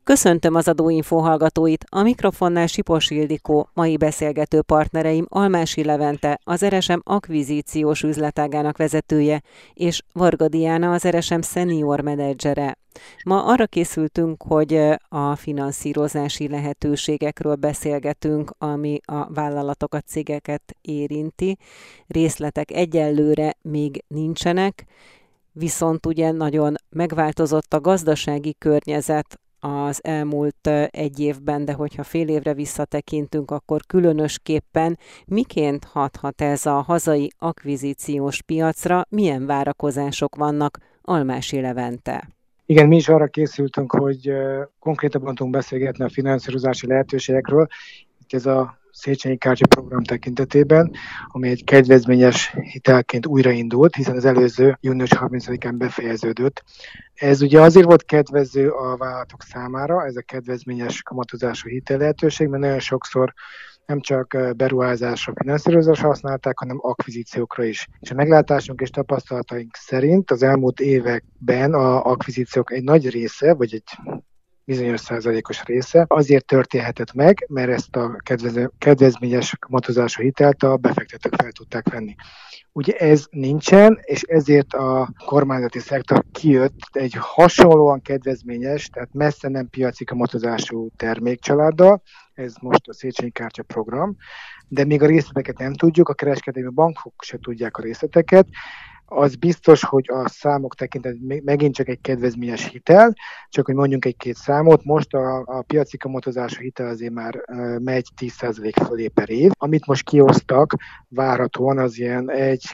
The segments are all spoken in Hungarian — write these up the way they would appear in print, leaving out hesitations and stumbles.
Köszöntöm az Adóinfo hallgatóit, a mikrofonnál Sipos Ildikó, mai beszélgető partnereim Almási Levente, az RSM akvizíciós üzletágának vezetője, és Varga Diana, az RSM senior menedzsere. Ma arra készültünk, hogy a finanszírozási lehetőségekről beszélgetünk, ami a vállalatokat, cégeket érinti. Részletek egyelőre még nincsenek, viszont ugye nagyon megváltozott a gazdasági környezet az elmúlt egy évben, de hogyha fél évre visszatekintünk, akkor különösképpen miként hathat ez a hazai akvizíciós piacra, milyen várakozások vannak, Almási Levente? Igen, mi is arra készültünk, hogy konkrétabban tudunk beszélgetni a finanszírozási lehetőségekről. Itt ez a Széchenyi Kártya program tekintetében, ami egy kedvezményes hitelként újraindult, hiszen az előző június 30-án befejeződött. Ez ugye azért volt kedvező a vállalatok számára, ez a kedvezményes kamatozású hitel lehetőség, mert nagyon sokszor nem csak beruházásra, finanszírozásra használták, hanem akvizíciókra is. És a meglátásunk és tapasztalataink szerint az elmúlt években az akvizíciók egy nagy része, vagy egy bizonyos százalékos része azért történhetett meg, mert ezt a kedvezményes kamatozású hitelt a befektetők fel tudták venni. Ugye ez nincsen, és ezért a kormányzati szektor kijött egy hasonlóan kedvezményes, tehát messze nem piaci kamatozású termékcsaláddal, ez most a Széchenyi Kártya program, de még a részleteket nem tudjuk, a kereskedelmi bankok se tudják a részleteket. Az biztos, hogy a számok tekintetében megint csak egy kedvezményes hitel, csak hogy mondjunk egy-két számot, most a piaci kamatozású hitel azért már megy 10% fölé per év. Amit most kiosztak, várhatóan az ilyen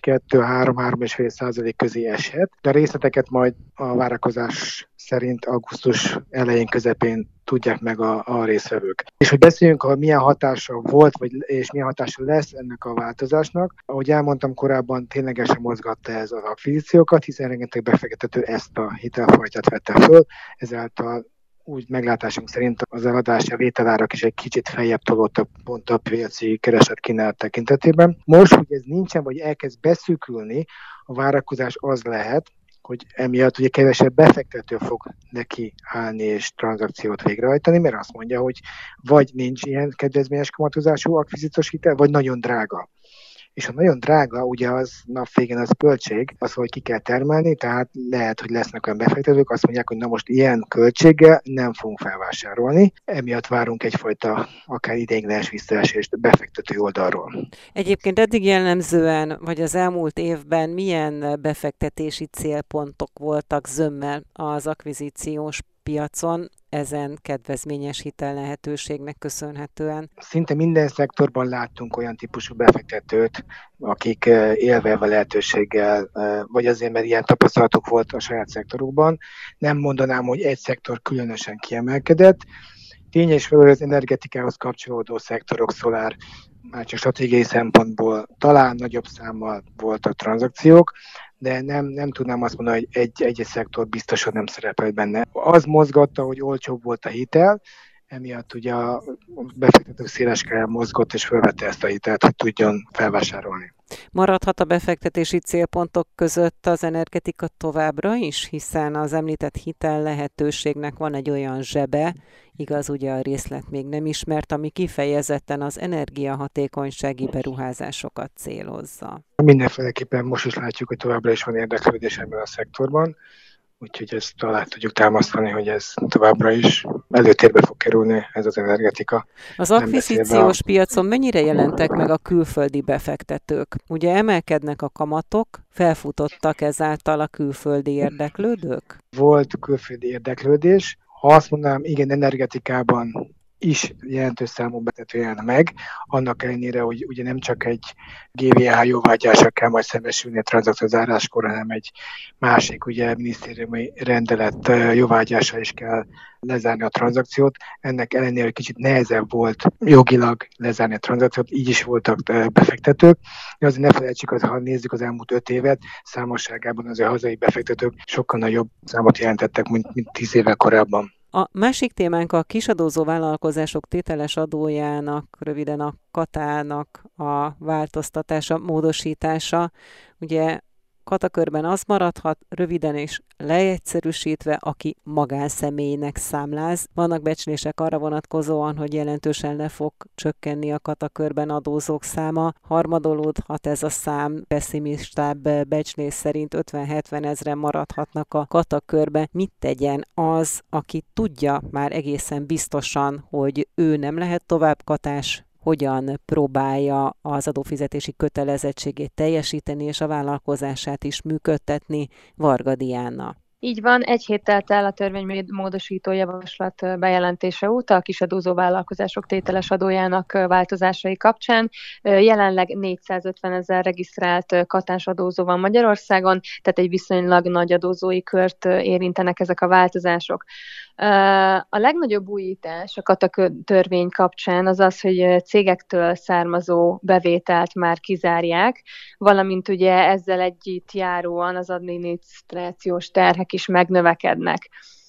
1-2-3-3,5% közé eshet, de a részleteket majd a várakozás szerint augusztus elején, közepén tudják meg a résztvevők. És hogy beszéljünk, hogy milyen hatása volt, és milyen hatása lesz ennek a változásnak. Ahogy elmondtam korábban, ténylegesen mozgatta ez az akvizíciókat, hiszen rengeteg befektető ezt a hitelfajtát vette föl, ezáltal úgy meglátásunk szerint az eladási, a vételárak is egy kicsit feljebb tolódtak pont a piaci kereslet-kínálat tekintetében. Most, hogy ez nincsen, vagy elkezd beszűkülni, a várakozás az lehet, hogy emiatt ugye kevesebb befektető fog neki állni és tranzakciót végrehajtani, mert azt mondja, hogy vagy nincs ilyen kedvezményes kamatozású akvizíciós hitel, vagy nagyon drága. És ha nagyon drága, ugye az nap végén az költség, az, hogy ki kell termelni, tehát lehet, hogy lesznek olyan befektetők, azt mondják, hogy na most ilyen költséggel nem fogunk felvásárolni, emiatt várunk egyfajta akár ideiglenes visszaesést befektető oldalról. Egyébként eddig jellemzően, vagy az elmúlt évben milyen befektetési célpontok voltak zömmel az akvizíciós piacon ezen kedvezményes hitel lehetőségnek köszönhetően? Szinte minden szektorban láttunk olyan típusú befektetőt, akik élve a lehetőséggel, vagy azért, mert ilyen tapasztalatok volt a saját szektorukban. Nem mondanám, hogy egy szektor különösen kiemelkedett. Tény és való, az energetikához kapcsolódó szektorok, szolár, már csak stratégiai szempontból talán nagyobb számmal voltak tranzakciók, de nem tudnám azt mondani, hogy egy szektor biztosan nem szerepelt benne. Az mozgatta, hogy olcsóbb volt a hitel, emiatt ugye a befektetők széleskörűen mozgott és felvette ezt a hitelt, hogy tudjon felvásárolni. Maradhat a befektetési célpontok között az energetika továbbra is, hiszen az említett hitel lehetőségnek van egy olyan zsebe, igaz, ugye a részlet még nem ismert, ami kifejezetten az energiahatékonysági beruházásokat célozza. Mindenféleképpen most is látjuk, hogy továbbra is van érdeklődés ebben a szektorban, úgyhogy ezt alá tudjuk támasztani, hogy ez továbbra is előtérbe fog kerülni, ez az energetika. Az akvizíciós piacon mennyire jelentek meg a külföldi befektetők? Ugye emelkednek a kamatok, felfutottak ezáltal a külföldi érdeklődők? Volt külföldi érdeklődés. Ha azt mondanám, igen, energetikában is jelentős számú befektető jelent meg, annak ellenére, hogy ugye nem csak egy GVH jóvágyásra kell majd szembesülni a tranzakció záráskor, hanem egy másik ugye minisztériumi rendelet jóvágyása is kell lezárni a tranzakciót. Ennek ellenére, hogy kicsit nehezebb volt jogilag lezárni a tranzakciót, így is voltak befektetők. De azért ne felejtsük, hogy ha nézzük az elmúlt 5 évet, számosságában az hazai befektetők sokkal nagyobb számot jelentettek, mint 10 évvel korábban. A másik témánk a kisadózó vállalkozások tételes adójának, röviden a katának a változtatása, módosítása. Ugye katakörben az maradhat, röviden és leegyszerűsítve, aki magánszemélynek számláz. Vannak becslések arra vonatkozóan, hogy jelentősen le fog csökkenni a katakörben adózók száma. Harmadolódhat ez a szám, pessimistább becslés szerint 50-70 ezren maradhatnak a katakörben. Mit tegyen az, aki tudja már egészen biztosan, hogy ő nem lehet tovább katás, hogyan próbálja az adófizetési kötelezettségét teljesíteni, és a vállalkozását is működtetni? Varga Diana. Így van, egy hét telt el a törvénymódosító javaslat bejelentése óta a kisadózó vállalkozások tételes adójának változásai kapcsán. Jelenleg 450 000 regisztrált katás adózó van Magyarországon, tehát egy viszonylag nagy adózói kört érintenek ezek a változások. A legnagyobb újítás a katatörvény kapcsán az az, hogy cégektől származó bevételt már kizárják, valamint ugye ezzel együtt járóan az adminisztrációs terhek is megnövekednek.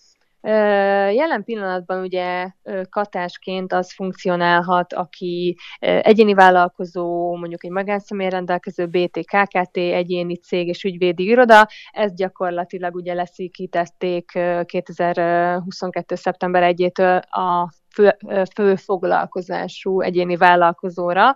Jelen pillanatban ugye katásként az funkcionálhat, aki egyéni vállalkozó, mondjuk egy magánszemély rendelkező BT, KKT, egyéni cég és ügyvédi iroda. Ezt gyakorlatilag ugye leszűkítették 2022. szeptember 1-től a fő foglalkozású egyéni vállalkozóra.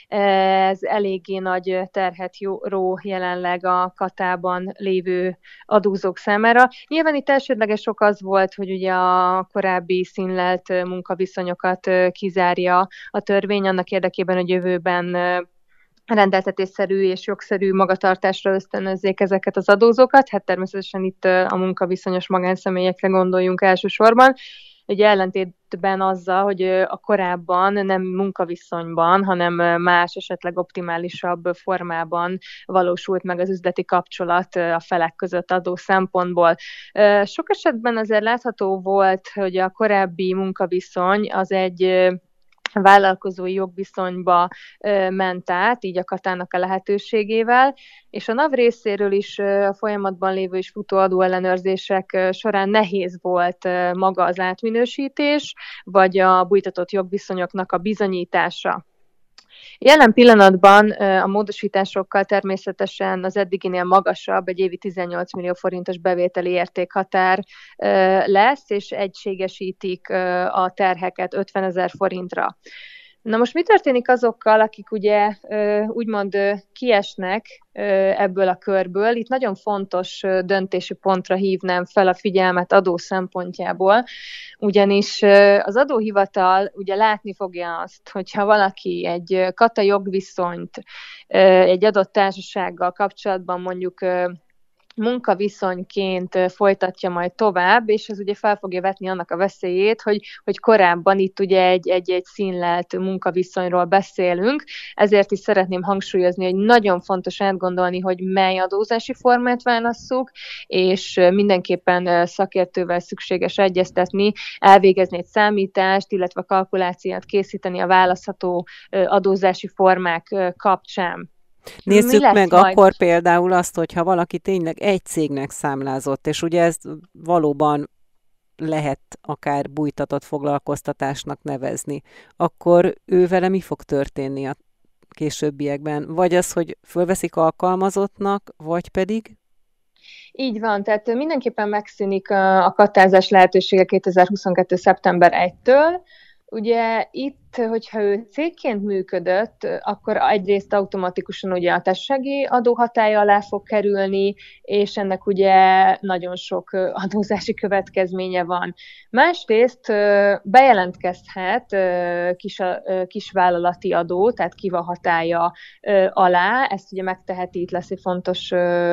Ez eléggé nagy terhet ró jelenleg a katában lévő adózók számára. Nyilván itt elsődleges ok az volt, hogy ugye a korábbi színlelt munkaviszonyokat kizárja a törvény annak érdekében, hogy jövőben rendeltetésszerű és jogszerű magatartásra ösztönözzék ezeket az adózókat. Hát természetesen itt a munkaviszonyos magánszemélyekre gondoljunk elsősorban. Ugye ellentétben azzal, hogy a korábban nem munkaviszonyban, hanem más, esetleg optimálisabb formában valósult meg az üzleti kapcsolat a felek között adó szempontból. Sok esetben azért látható volt, hogy a korábbi munkaviszony az egy vállalkozói jogviszonyba ment át, így a katának a lehetőségével, és a NAV részéről is a folyamatban lévő és futó adóellenőrzések során nehéz volt maga az átminősítés, vagy a bújtatott jogviszonyoknak a bizonyítása. Jelen pillanatban a módosításokkal természetesen az eddiginél magasabb, egy évi 18 millió forintos bevételi értékhatár lesz, és egységesítik a terheket 50 000 forintra. Na most mi történik azokkal, akik ugye úgymond kiesnek ebből a körből? Itt nagyon fontos döntési pontra hívnám fel a figyelmet adó szempontjából, ugyanis az adóhivatal ugye látni fogja azt, hogyha valaki egy kata jogviszonyt egy adott társasággal kapcsolatban mondjuk munkaviszonyként folytatja majd tovább, és ez ugye fel fogja vetni annak a veszélyét, hogy korábban itt ugye egy színlelt munkaviszonyról beszélünk, ezért is szeretném hangsúlyozni, hogy nagyon fontos átgondolni, hogy mely adózási formát válasszuk, és mindenképpen szakértővel szükséges egyeztetni, elvégezni egy számítást, illetve kalkulációt készíteni a választható adózási formák kapcsán. Nézzük meg majd akkor például azt, hogyha valaki tényleg egy cégnek számlázott, és ugye ez valóban lehet akár bújtatott foglalkoztatásnak nevezni, akkor ő vele mi fog történni a későbbiekben? Vagy az, hogy fölveszik alkalmazottnak, vagy pedig? Így van, tehát mindenképpen megszűnik a katázás lehetősége 2022. szeptember 1-től. Ugye itt, hogyha ő cégként működött, akkor egyrészt automatikusan ugye a társasági adó hatálya alá fog kerülni, és ennek ugye nagyon sok adózási következménye van. Másrészt bejelentkezhet kisvállalati adó, tehát kiva hatálya alá, ezt ugye megteheti, itt lesz egy fontos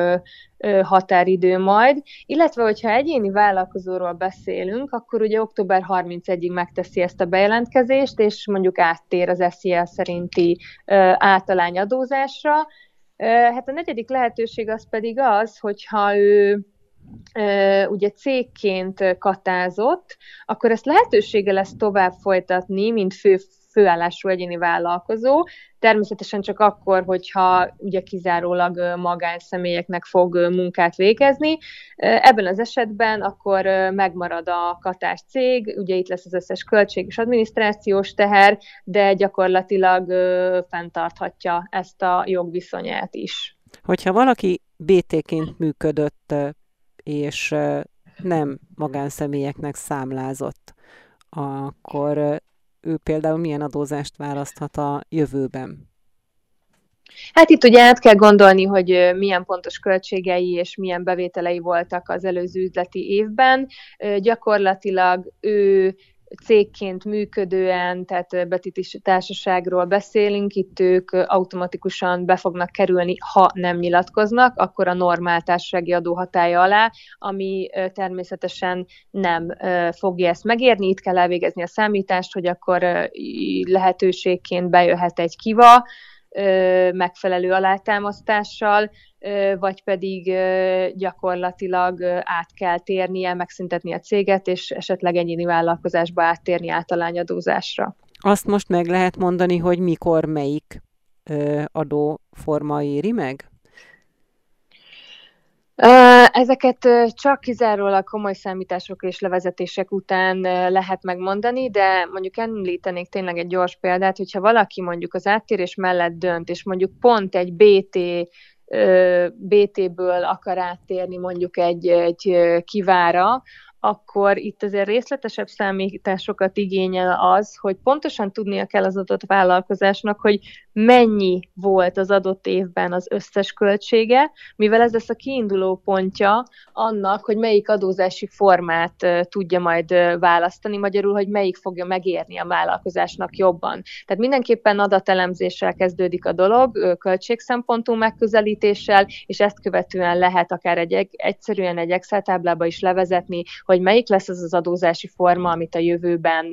határidő majd, illetve hogyha egyéni vállalkozóról beszélünk, akkor ugye október 31-ig megteszi ezt a bejelentkezést, és mondjuk áttér az SZIA szerinti általányadózásra. Hát a negyedik lehetőség az pedig az, hogyha ő ugye cégként katázott, akkor ezt lehetősége lesz tovább folytatni, mint főállású egyéni vállalkozó, természetesen csak akkor, hogyha ugye kizárólag magánszemélyeknek fog munkát végezni. Ebben az esetben akkor megmarad a katás cég, ugye itt lesz az összes költség és adminisztrációs teher, de gyakorlatilag fenntarthatja ezt a jogviszonyát is. Hogyha valaki BT-ként működött, és nem magánszemélyeknek számlázott, akkor ő például milyen adózást választhat a jövőben? Hát itt ugye át kell gondolni, hogy milyen pontos költségei és milyen bevételei voltak az előző üzleti évben. Gyakorlatilag ő cégként működően, tehát betéti társaságról beszélünk, itt ők automatikusan be fognak kerülni, ha nem nyilatkoznak, akkor a normál társasági adó hatálya alá, ami természetesen nem fogja ezt megérni. Itt kell elvégezni a számítást, hogy akkor lehetőségként bejöhet egy kiva, megfelelő alátámasztással, vagy pedig gyakorlatilag át kell térnie, megszüntetni a céget, és esetleg egyéni vállalkozásba áttérni általányadózásra. Azt most meg lehet mondani, hogy mikor melyik adóforma éri meg? Ezeket csak kizárólag komoly számítások és levezetések után lehet megmondani, de mondjuk említenék tényleg egy gyors példát, hogyha valaki mondjuk az áttérés mellett dönt, és mondjuk pont egy BT-ből akar áttérni mondjuk egy kivára, akkor itt azért részletesebb számításokat igényel az, hogy pontosan tudnia kell az adott vállalkozásnak, hogy mennyi volt az adott évben az összes költsége, mivel ez lesz a kiinduló pontja annak, hogy melyik adózási formát tudja majd választani, magyarul, hogy melyik fogja megérni a vállalkozásnak jobban. Tehát mindenképpen adatelemzéssel kezdődik a dolog, költségszempontú megközelítéssel, és ezt követően lehet akár egyszerűen egy Excel táblába is levezetni, hogy melyik lesz az az adózási forma, amit a jövőben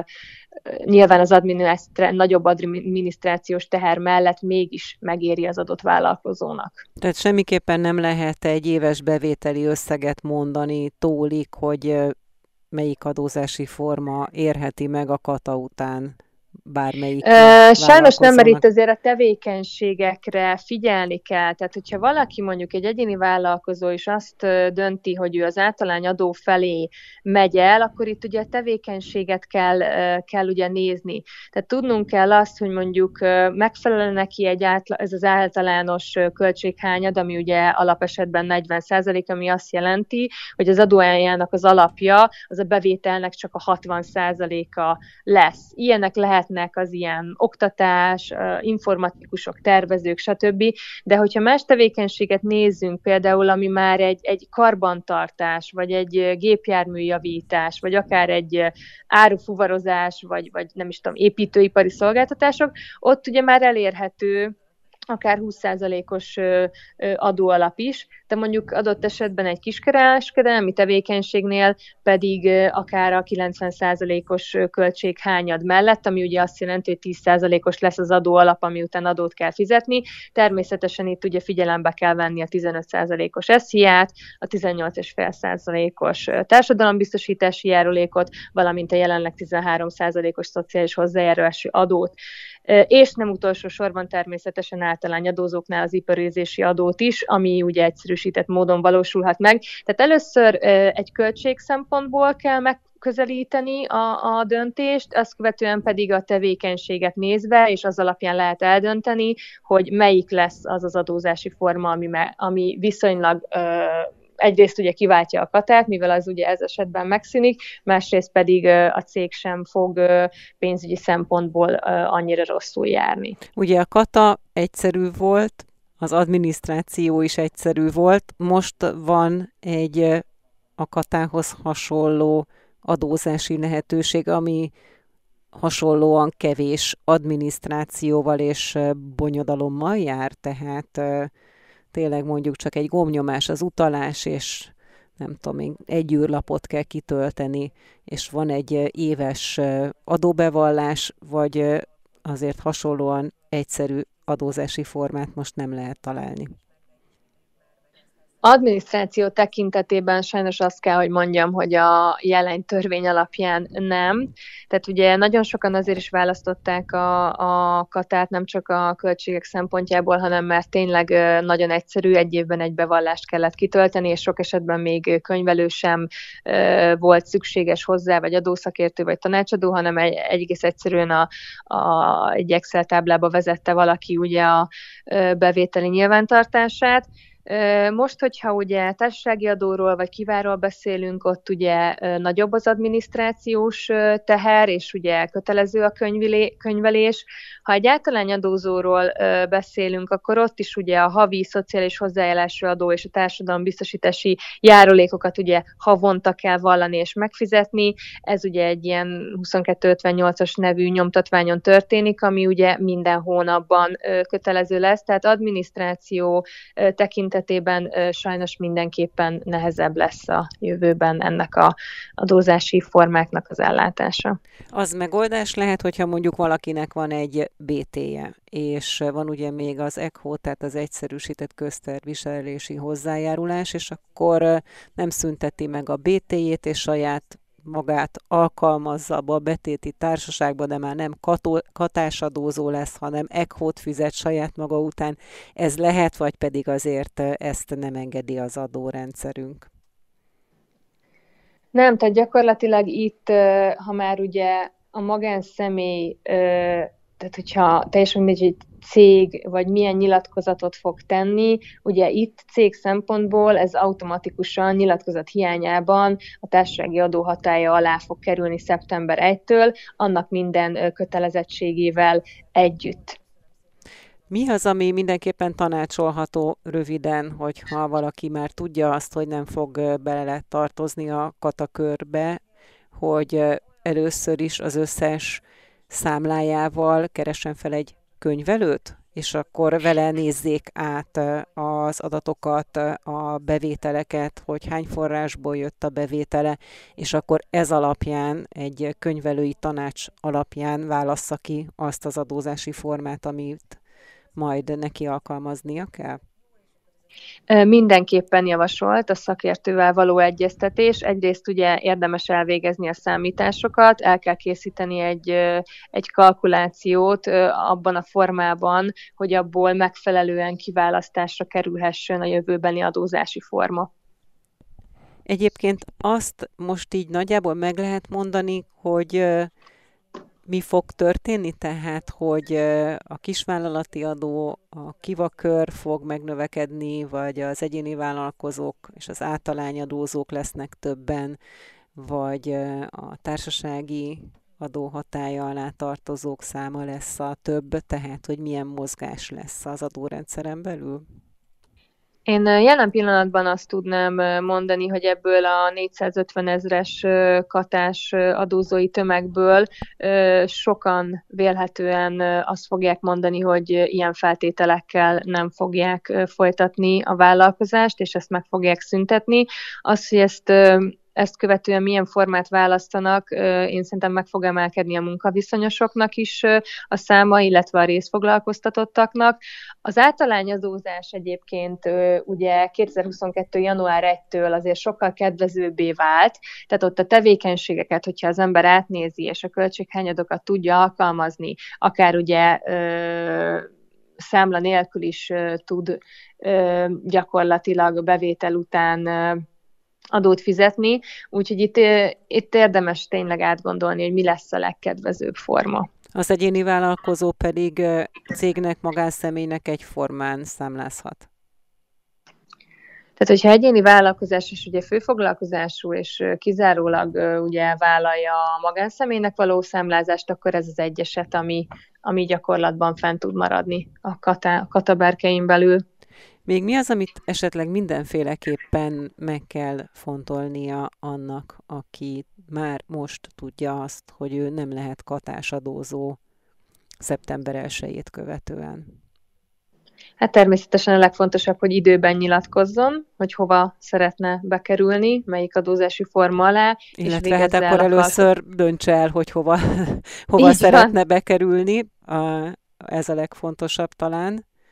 nyilván az nagyobb adminisztrációs teher mellett mégis megéri az adott vállalkozónak. Tehát semmiképpen nem lehet egy éves bevételi összeget mondani tólig, hogy melyik adózási forma érheti meg a kata után bármelyik Sajnos nem, mert itt azért a tevékenységekre figyelni kell. Tehát, hogyha valaki mondjuk egy egyéni vállalkozó is azt dönti, hogy ő az általányadó felé megy el, akkor itt ugye a tevékenységet kell ugye nézni. Tehát tudnunk kell azt, hogy mondjuk megfelel neki ez az általános költséghányad, ami ugye alapesetben 40%, ami azt jelenti, hogy az adóaljának az alapja, az a bevételnek csak a 60%-a lesz. Ilyenek lehetnek az ilyen oktatás, informatikusok, tervezők, stb. De hogyha más tevékenységet nézzünk, például ami már egy karbantartás, vagy egy gépjárműjavítás, vagy akár egy árufuvarozás, vagy nem is tudom, építőipari szolgáltatások, ott ugye már elérhető akár 20%-os adóalap is, de mondjuk adott esetben egy kiskereskedelmi tevékenységnél pedig akár a 90%-os költséghányad mellett, ami ugye azt jelenti, hogy 10%-os lesz az adóalap, ami után adót kell fizetni. Természetesen itt ugye figyelembe kell venni a 15%-os SZIA-t, a 18,5%-os társadalombiztosítási járulékot, valamint a jelenleg 13%-os szociális hozzájárulási adót. És nem utolsó sorban természetesen általányadózóknál az iparűzési adót is, ami ugye egyszerűsített módon valósulhat meg. Tehát először egy költség szempontból kell megközelíteni a döntést, azt követően pedig a tevékenységet nézve, és az alapján lehet eldönteni, hogy melyik lesz az az adózási forma, ami viszonylag egyrészt ugye kiváltja a katát, mivel az ugye ez esetben megszűnik, másrészt pedig a cég sem fog pénzügyi szempontból annyira rosszul járni. Ugye a kata egyszerű volt, az adminisztráció is egyszerű volt, most van egy a katához hasonló adózási lehetőség, ami hasonlóan kevés adminisztrációval és bonyodalommal jár, tehát tényleg mondjuk csak egy gombnyomás az utalás, és nem tudom, egy űrlapot kell kitölteni, és van egy éves adóbevallás, vagy azért hasonlóan egyszerű adózási formát most nem lehet találni. Adminisztráció tekintetében sajnos azt kell, hogy mondjam, hogy a jelen törvény alapján nem. Tehát ugye nagyon sokan azért is választották a katát, nem csak a költségek szempontjából, hanem mert tényleg nagyon egyszerű, egy évben egy bevallást kellett kitölteni, és sok esetben még könyvelő sem volt szükséges hozzá, vagy adószakértő, vagy tanácsadó, hanem egész egyszerűen egy Excel táblába vezette valaki ugye a bevételi nyilvántartását. Most, hogyha ugye társasági adóról vagy kiváról beszélünk, ott ugye nagyobb az adminisztrációs teher, és ugye kötelező a könyvelés. Ha egy általányadózóról beszélünk, akkor ott is ugye a havi szociális hozzájárulási adó és a társadalombiztosítási járulékokat ugye havonta kell vallani és megfizetni. Ez ugye egy ilyen 2258-as nevű nyomtatványon történik, ami ugye minden hónapban kötelező lesz, tehát adminisztráció tekintetében sajnos mindenképpen nehezebb lesz a jövőben ennek a adózási formáknak az ellátása. Az megoldás lehet, hogyha mondjuk valakinek van egy BT-je, és van ugye még az ECHO, tehát az egyszerűsített közterviselési hozzájárulás, és akkor nem szünteti meg a BT-jét, és saját magát alkalmazza abba a betéti társaságba, de már nem katásadózó lesz, hanem ECHO-t fizet saját maga után. Ez lehet, vagy pedig azért ezt nem engedi az adórendszerünk? Nem, tehát gyakorlatilag itt, ha már ugye a magánszemély, tehát hogyha teljesen mindegy, egy cég, vagy milyen nyilatkozatot fog tenni, ugye itt cég szempontból ez automatikusan nyilatkozat hiányában a társasági adó hatálya alá fog kerülni szeptember 1-től, annak minden kötelezettségével együtt. Mi az, ami mindenképpen tanácsolható röviden, hogyha valaki már tudja azt, hogy nem fog bele tartozni a katakörbe, hogy először is az összes számlájával keressen fel egy könyvelőt, és akkor vele nézzék át az adatokat, a bevételeket, hogy hány forrásból jött a bevétele, és akkor ez alapján, egy könyvelői tanács alapján válassza ki azt az adózási formát, amit majd neki alkalmaznia kell? Mindenképpen javasolt a szakértővel való egyeztetés. Egyrészt ugye érdemes elvégezni a számításokat, el kell készíteni egy kalkulációt abban a formában, hogy abból megfelelően kiválasztásra kerülhessen a jövőbeni adózási forma. Egyébként azt most így nagyjából meg lehet mondani, hogy mi fog történni, tehát, hogy a kisvállalati adó, a kivakör fog megnövekedni, vagy az egyéni vállalkozók és az általányadózók lesznek többen, vagy a társasági adó hatálya alá tartozók száma lesz a több, tehát, hogy milyen mozgás lesz az adórendszeren belül? Én jelen pillanatban azt tudnám mondani, hogy ebből a 450 000-es katás adózói tömegből sokan vélhetően azt fogják mondani, hogy ilyen feltételekkel nem fogják folytatni a vállalkozást, és ezt meg fogják szüntetni. Az, hogy ezt követően milyen formát választanak, én szerintem meg fog emelkedni a munkaviszonyosoknak is a száma, illetve a részfoglalkoztatottaknak. Az általányadózás egyébként ugye 2022. január 1-től azért sokkal kedvezőbbé vált, tehát ott a tevékenységeket, hogyha az ember átnézi, és a költséghányadokat tudja alkalmazni, akár ugye számla nélkül is tud gyakorlatilag bevétel után adót fizetni, úgyhogy itt érdemes tényleg átgondolni, hogy mi lesz a legkedvezőbb forma. Az egyéni vállalkozó pedig cégnek, magánszemélynek egyformán számlázhat. Tehát, hogyha egyéni vállalkozás és ugye főfoglalkozású és kizárólag ugye vállalja a magánszemélynek való számlázást, akkor ez az egy eset, ami gyakorlatban fent tud maradni a kataberkein belül. Még mi az, amit esetleg mindenféleképpen meg kell fontolnia annak, aki már most tudja azt, hogy ő nem lehet katásadózó szeptember 1-jét követően? Hát természetesen a legfontosabb, hogy időben nyilatkozzon, hogy hova szeretne bekerülni, melyik adózási forma alá. Illetve hát akkor először döntse el, hogy hova szeretne bekerülni. Ez a legfontosabb talán.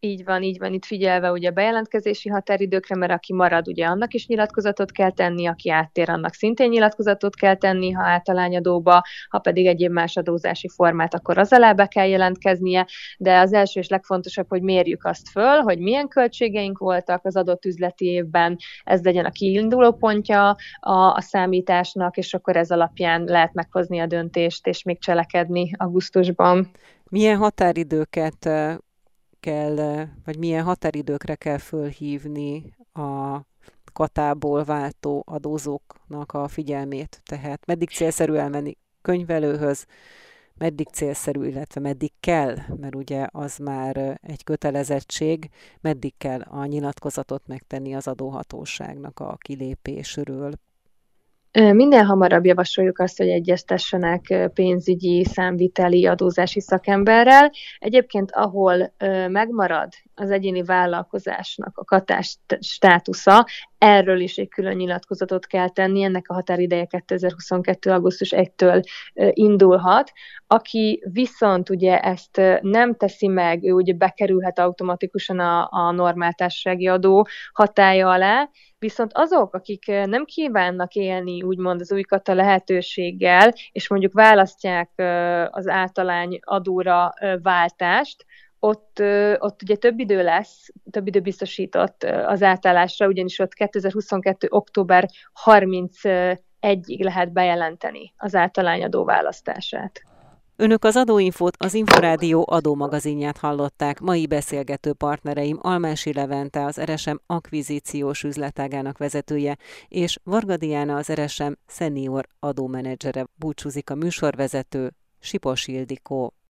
Így van, itt figyelve ugye a bejelentkezési határidőkre, mert aki marad, ugye annak is nyilatkozatot kell tenni, aki áttér, annak szintén nyilatkozatot kell tenni, ha általányadóba, ha pedig egyéb más adózási formát, akkor az alá be kell jelentkeznie, de az első és legfontosabb, hogy mérjük azt föl, hogy milyen költségeink voltak az adott üzleti évben, ez legyen a kiinduló pontja a számításnak, és akkor ez alapján lehet meghozni a döntést, és még cselekedni augusztusban. Milyen határidőket vagy milyen határidőkre kell fölhívni a katából váltó adózóknak a figyelmét? Tehát meddig célszerű elmenni könyvelőhöz, meddig célszerű, illetve meddig kell, mert ugye az már egy kötelezettség, meddig kell a nyilatkozatot megtenni az adóhatóságnak a kilépésről? Minél hamarabb javasoljuk azt, hogy egyeztessenek pénzügyi, számviteli, adózási szakemberrel. Egyébként, ahol megmarad az egyéni vállalkozásnak a katás státusza, erről is egy külön nyilatkozatot kell tenni, ennek a határideje 2022. augusztus 1-től indulhat. Aki viszont ugye ezt nem teszi meg, ő ugye bekerülhet automatikusan a normál társasági adó hatálya alá, viszont azok, akik nem kívánnak élni úgymond az új kata lehetőséggel, és mondjuk választják az általány adóra váltást, ott ugye több idő biztosított az átállásra, ugyanis ott 2022. október 31-ig lehet bejelenteni az általányadó választását. Önök az Adóinfót, az Inforádió adómagazinját hallották. Mai beszélgető partnereim Almási Levente, az RSM akvizíciós üzletágának vezetője, és Varga Diana, az RSM senior adómenedzsere. Búcsúzik a műsorvezető, Sipos Ildikó.